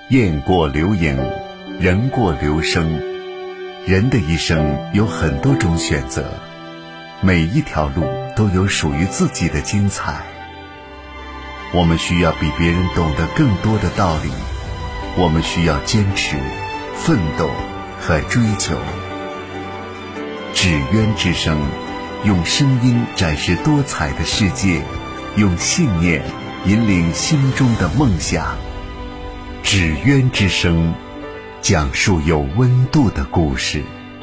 雁过留影，人过留声。人的一生有很多种选择，每一条路都有属于自己的精彩。我们需要比别人懂得更多的道理，我们需要坚持、奋斗和追求。纸鸢之声，用声音展示多彩的世界，用信念引领心中的梦想。纸鸢之声，讲述有温度的故事。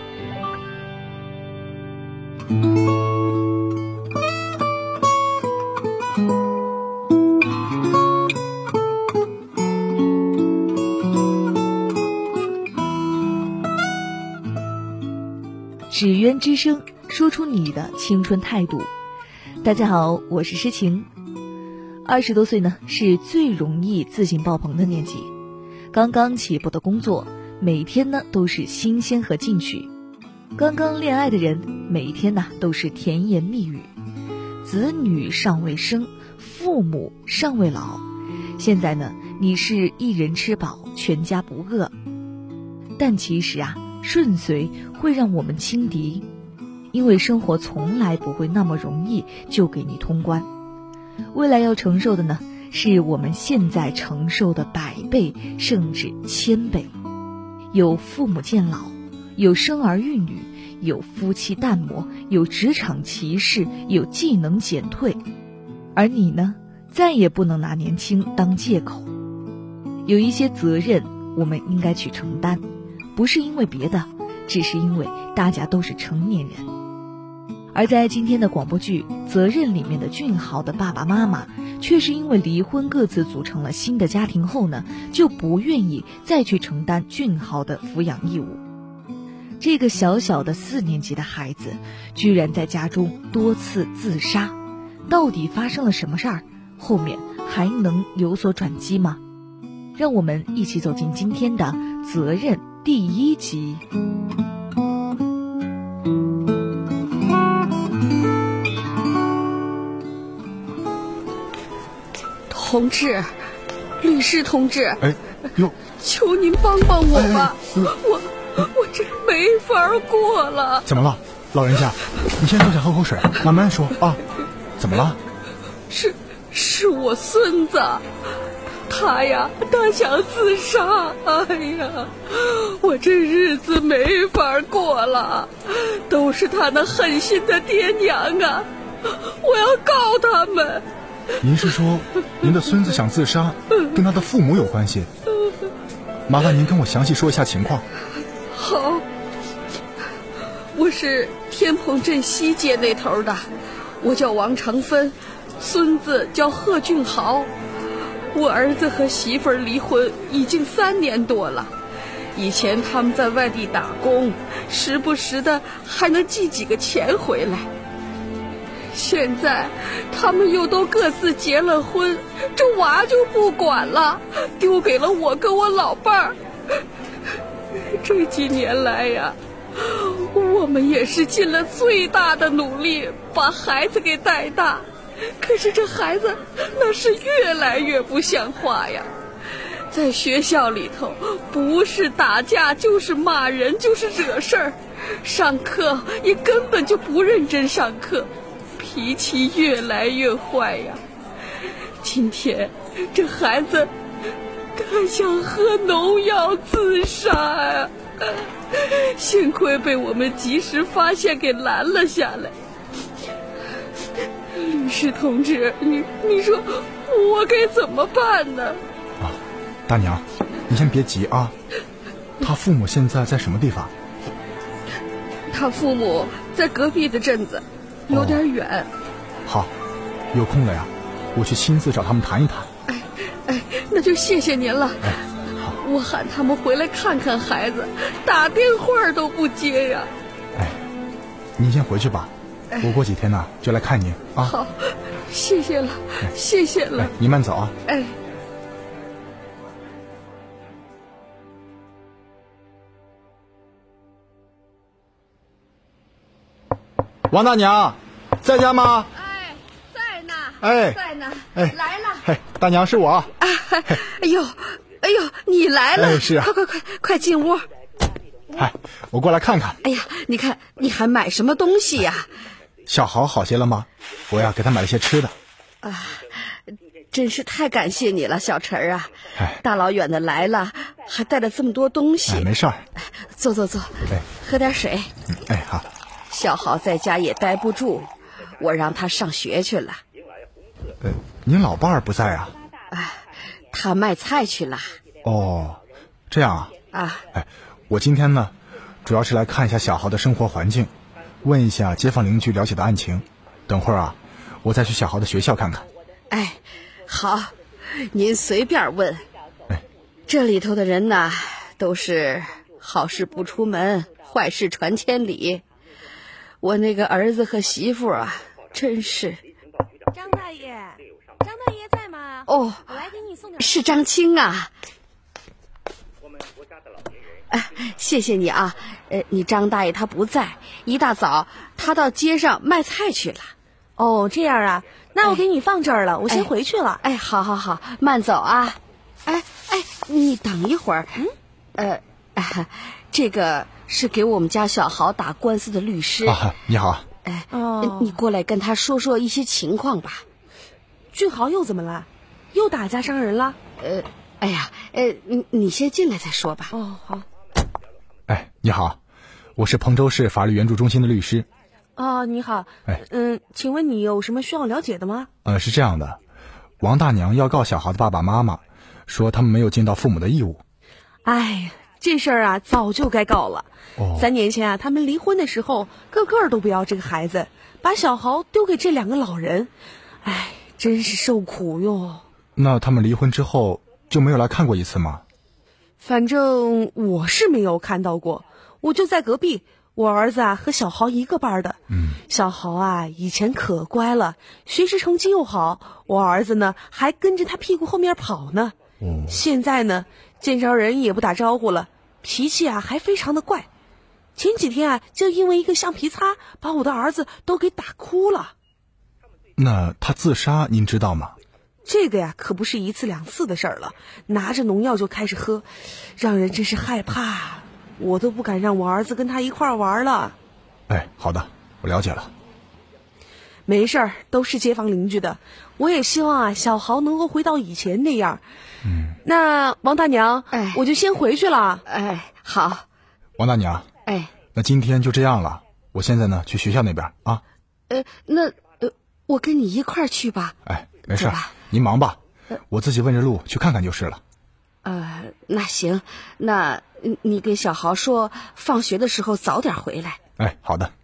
纸鸢之声，说出你的青春态度。大家好，我是诗晴。20多岁呢，是最容易自信爆棚的年纪。刚刚起步的工作，每天呢都是新鲜和进取。刚刚恋爱的人，每天呢都是甜言蜜语。子女尚未生，父母尚未老。现在呢，你是一人吃饱，全家不饿。但其实啊，顺遂会让我们轻敌，因为生活从来不会那么容易就给你通关。未来要承受的呢，是我们现在承受的100倍甚至1000倍。有父母渐老，有生儿育女，有夫妻淡漠，有职场歧视，有技能减退。而你呢，再也不能拿年轻当借口。有一些责任我们应该去承担，不是因为别的，只是因为大家都是成年人。而在今天的广播剧《责任》里面的俊豪的爸爸妈妈，却是因为离婚各自组成了新的家庭后呢，就不愿意再去承担俊豪的抚养义务。这个小小的4年级的孩子，居然在家中多次自杀，到底发生了什么事儿？后面还能有所转机吗？让我们一起走进今天的《责任》第1集。 同志，律师同志，求您帮帮我吧，我这没法过了。 怎么了，老人家？你先坐下喝口水，慢慢说啊。怎么了？ 是我孙子，他想自杀。哎呀，我这日子没法过了，都是他那狠心的爹娘啊！我要告他们。 您是说您的孙子想自杀跟他的父母有关系？麻烦您跟我详细说一下情况。 好，我是天蓬镇西街那头的，我叫王长芬，孙子叫贺俊豪。我儿子和媳妇儿离婚已经3年多了，以前他们在外地打工，时不时的还能寄几个钱回来。现在他们又都各自结了婚，这娃就不管了，丢给了我跟我老伴儿。这几年来呀，我们也是尽了最大的努力把孩子给带大，可是这孩子那是越来越不像话呀。在学校里头，不是打架就是骂人，就是惹事儿，上课也根本就不认真上课，脾气越来越坏呀。今天这孩子他想喝农药自杀呀，幸亏被我们及时发现给拦了下来。律师同志，你说我该怎么办呢？ 大娘，你先别急啊。他父母现在在什么地方？ 他父母在隔壁的镇子，有点远。 好，有空了呀，我去亲自找他们谈一谈。 那就谢谢您了。 好， 我喊他们回来看看孩子，打电话都不接呀。 您先回去吧，我过几天呢就来看您啊。 好，谢谢了，谢谢了。 您慢走啊。王大娘，在家吗？ 在呢。 哎， 在呢。 哎， 来了。 嘿，大娘是我。 哎呦， 呦，你来了！ 是啊， 快进屋。 哎，我过来看看。 哎呀，你看你还买什么东西呀？ 小豪好些了吗？我呀给他买了些吃的。 真是太感谢你了，小陈啊！ 哎， 大老远的来了，还带了这么多东西。 没事儿。 坐。喝点水。 好。 小豪在家也待不住，我让他上学去了。 您老伴儿不在啊？ 他卖菜去了。 哦，这样啊。 我今天呢，主要是来看一下小豪的生活环境，问一下街坊邻居了解的案情。等会儿我再去小豪的学校看看。 好，您随便问。这里头的人呐，都是好事不出门，坏事传千里。我那个儿子和媳妇真是。 张大爷在吗？ 哦， 我来给你送点。 是张青啊。谢谢你啊。你张大爷他不在，一大早他到街上卖菜去了。 哦，这样啊，那我给你放这儿了，我先回去了。 好，慢走啊。你等一会儿。这个是给我们家小豪打官司的律师。 你好。 你过来跟他说说一些情况吧。 俊豪又怎么了？又打架伤人了？ 你先进来再说吧。 哦，好。 你好，我是彭州市法律援助中心的律师。 你好。请问你有什么需要了解的吗？ 是这样的，王大娘要告小豪的爸爸妈妈，说他们没有尽到父母的义务。 这事儿早就该告了。3年前他们离婚的时候，个个都不要这个孩子，把小豪丢给这2个老人。真是受苦哟。 那他们离婚之后就没有来看过一次吗？ 反正我是没有看到过，我就在隔壁。我儿子和小豪一个班的。小豪以前可乖了，学习成绩又好，我儿子呢还跟着他屁股后面跑呢。现在呢见着人也不打招呼了，脾气还非常的怪。前几天就因为一个橡皮擦把我的儿子都给打哭了。 那他自杀您知道吗？ 这个可不是1次2次的事儿了，拿着农药就开始喝，让人真是害怕，我都不敢让我儿子跟他一块儿玩了。 好的，我了解了。 没事儿，都是街坊邻居的，我也希望小豪能够回到以前那样。那王大娘，我就先回去了。 好。 王大娘，那今天就这样了，我现在呢去学校那边啊。 那我跟你一块儿去吧。 没事，您忙吧，我自己问着路去看看就是了。 那行，那你给小豪说放学的时候早点回来。 好的。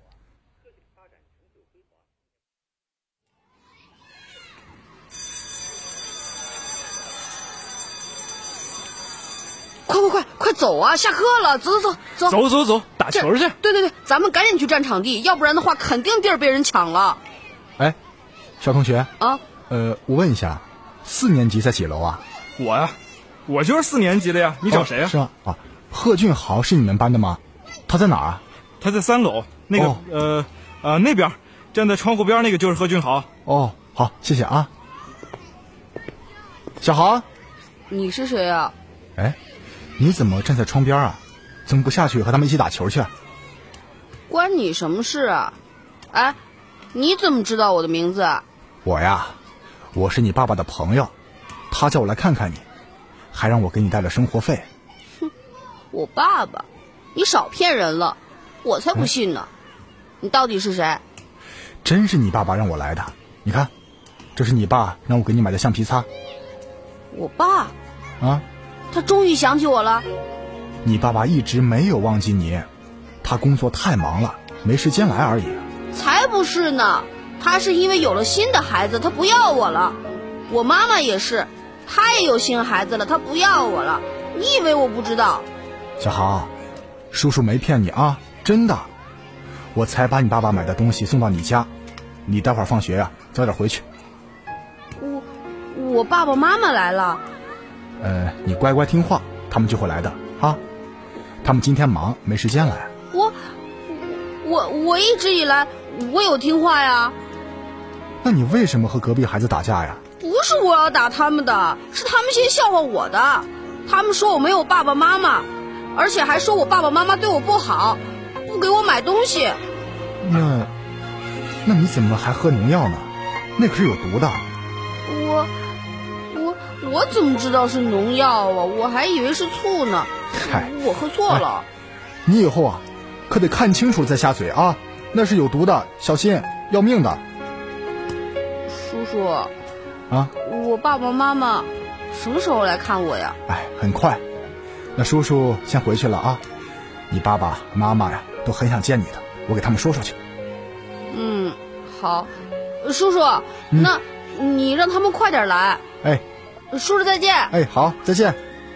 快走啊！下课了，走， 打球去。 对，咱们赶紧去占场地，要不然的话肯定地儿被人抢了。 肖同学啊， 我问一下，4年级在几楼啊？ 我呀，我就是4年级的呀。你找谁呀？ 是吗？贺俊豪是你们班的吗？他在哪儿啊？ 他在3楼，那个那边站在窗户边那个就是贺俊豪。 好，谢谢啊。小豪， 你是谁啊？ 你怎么站在窗边啊？怎么不下去和他们一起打球去？ 关你什么事啊？你怎么知道我的名字？ 我呀，我是你爸爸的朋友，他叫我来看看你，还让我给你带了生活费。 我爸爸？你少骗人了，我才不信呢。你到底是谁？ 真是你爸爸让我来的，你看，这是你爸让我给你买的橡皮擦。 我爸？他终于想起我了。 你爸爸一直没有忘记你，他工作太忙了，没时间来而已。 才不是呢，他是因为有了新的孩子，他不要我了。我妈妈也是，她也有新孩子了，她不要我了。你以为我不知道？ 小豪，叔叔没骗你啊，真的，我才把你爸爸买的东西送到你家，你待会儿放学早点回去。 我爸爸妈妈来了。 你乖乖听话，他们就会来的啊。他们今天忙，没时间来。 我一直以来我有听话呀。 那你为什么和隔壁孩子打架呀？ 不是我要打他们的，是他们先笑话我的。 他们说我没有爸爸妈妈，而且还说我爸爸妈妈对我不好，不给我买东西。 那你怎么还喝农药呢？那可是有毒的。 我怎么知道是农药啊？我还以为是醋呢。 嗨， 我喝错了。 你以后啊，可得看清楚再下嘴啊，那是有毒的，小心，要命的。 叔叔啊， 我爸爸妈妈什么时候来看我呀？ 很快。那叔叔先回去了啊，你爸爸妈妈呀都很想见你的，我给他们说去。 好，叔叔，那你让他们快点来。叔叔再见。 好，再见。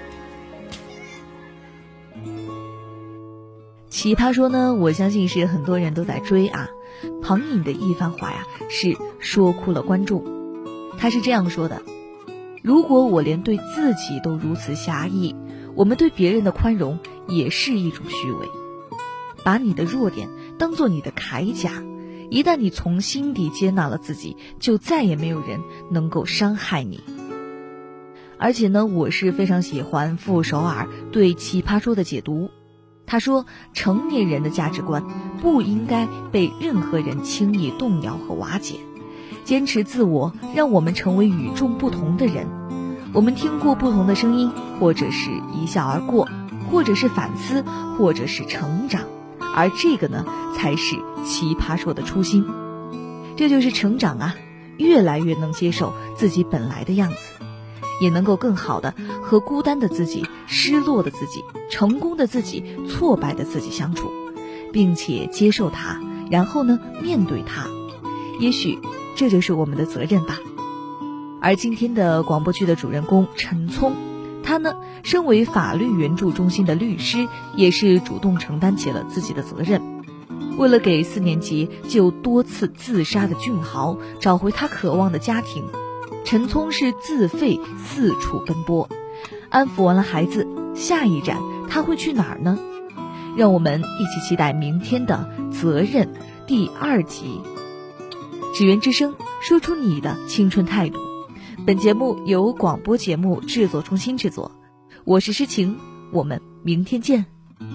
奇葩说呢，我相信是很多人都在追啊。庞颖的一番话呀，是说哭了观众。他是这样说的：如果我连对自己都如此狭义，我们对别人的宽容也是一种虚伪。把你的弱点当作你的铠甲，一旦你从心底接纳了自己，就再也没有人能够伤害你。而且呢，我是非常喜欢傅首尔对奇葩说的解读。他说，成年人的价值观不应该被任何人轻易动摇和瓦解。坚持自我，让我们成为与众不同的人。我们听过不同的声音，或者是一笑而过，或者是反思，或者是成长。而这个呢，才是奇葩说的初心。这就是成长啊，越来越能接受自己本来的样子，也能够更好的和孤单的自己、失落的自己、成功的自己、挫败的自己相处，并且接受它，然后呢，面对它。也许这就是我们的责任吧。而今天的广播剧的主人公陈聪，他呢，身为法律援助中心的律师，也是主动承担起了自己的责任。为了给4年级就多次自杀的俊豪找回他渴望的家庭，陈聪是自费4处奔波。安抚完了孩子，下一站他会去哪儿呢？让我们一起期待明天的责任第2集。只缘之声，说出你的青春态度。本节目由广播节目制作中心制作，我是诗晴，我们明天见。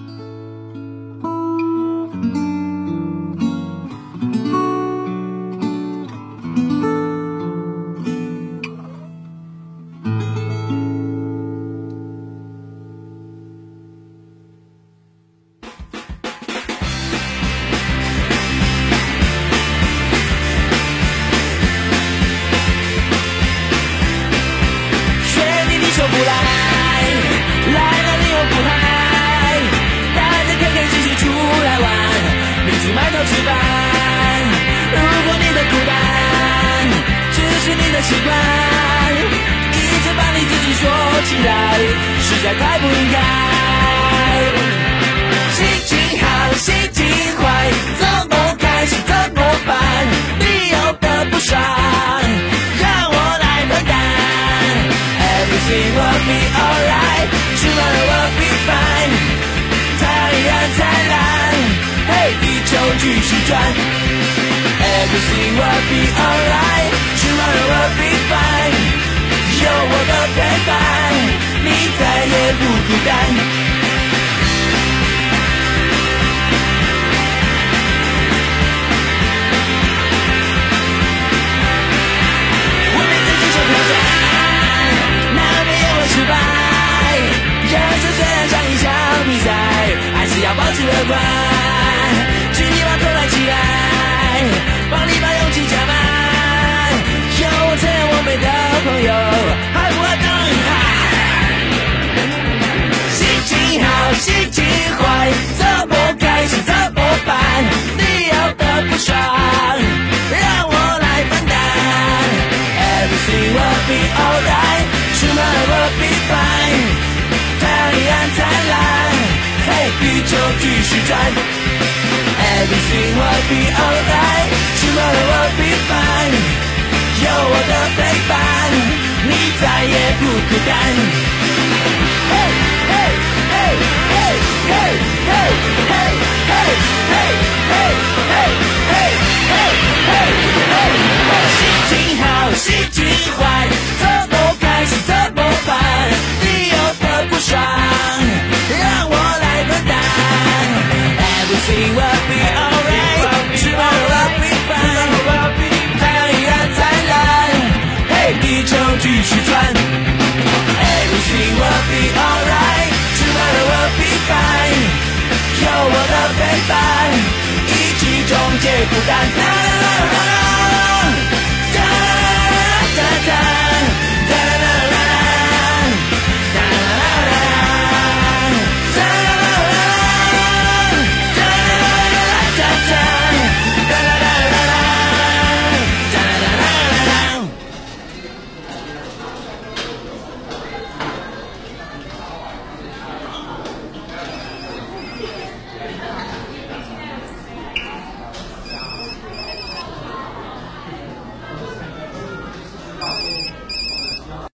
习惯，一直把你自己说起来，实在太不应该。心情好，心情坏，怎么开心怎么办？你有的不爽，让我来分担。Everything will be alright, tomorrow will be fine。太阳灿烂，嘿，地球继续转。Everything will be alright, tomorrow will be fine。有我的陪伴，你再也不孤单。我对自己说挑战，难免也会失败。人生虽然像一场比赛，还是要保持乐观，举起把头来起来。帮你把勇气加满，有我才有我们的朋友，还不爱当心情好，心情坏，怎么开心怎么办？你要的不爽，让我来分担。Everything will be alright, tomorrow will be fine。太阳灿烂，嘿，地球继续转。Everything will be alright, tomorrow will be fine。有我的陪伴，你再也不孤单。Hey hey hey hey hey hey hey hey hey hey hey hey hey hey hey。心情好，心情坏，怎么开心怎么办？你有的不不敢。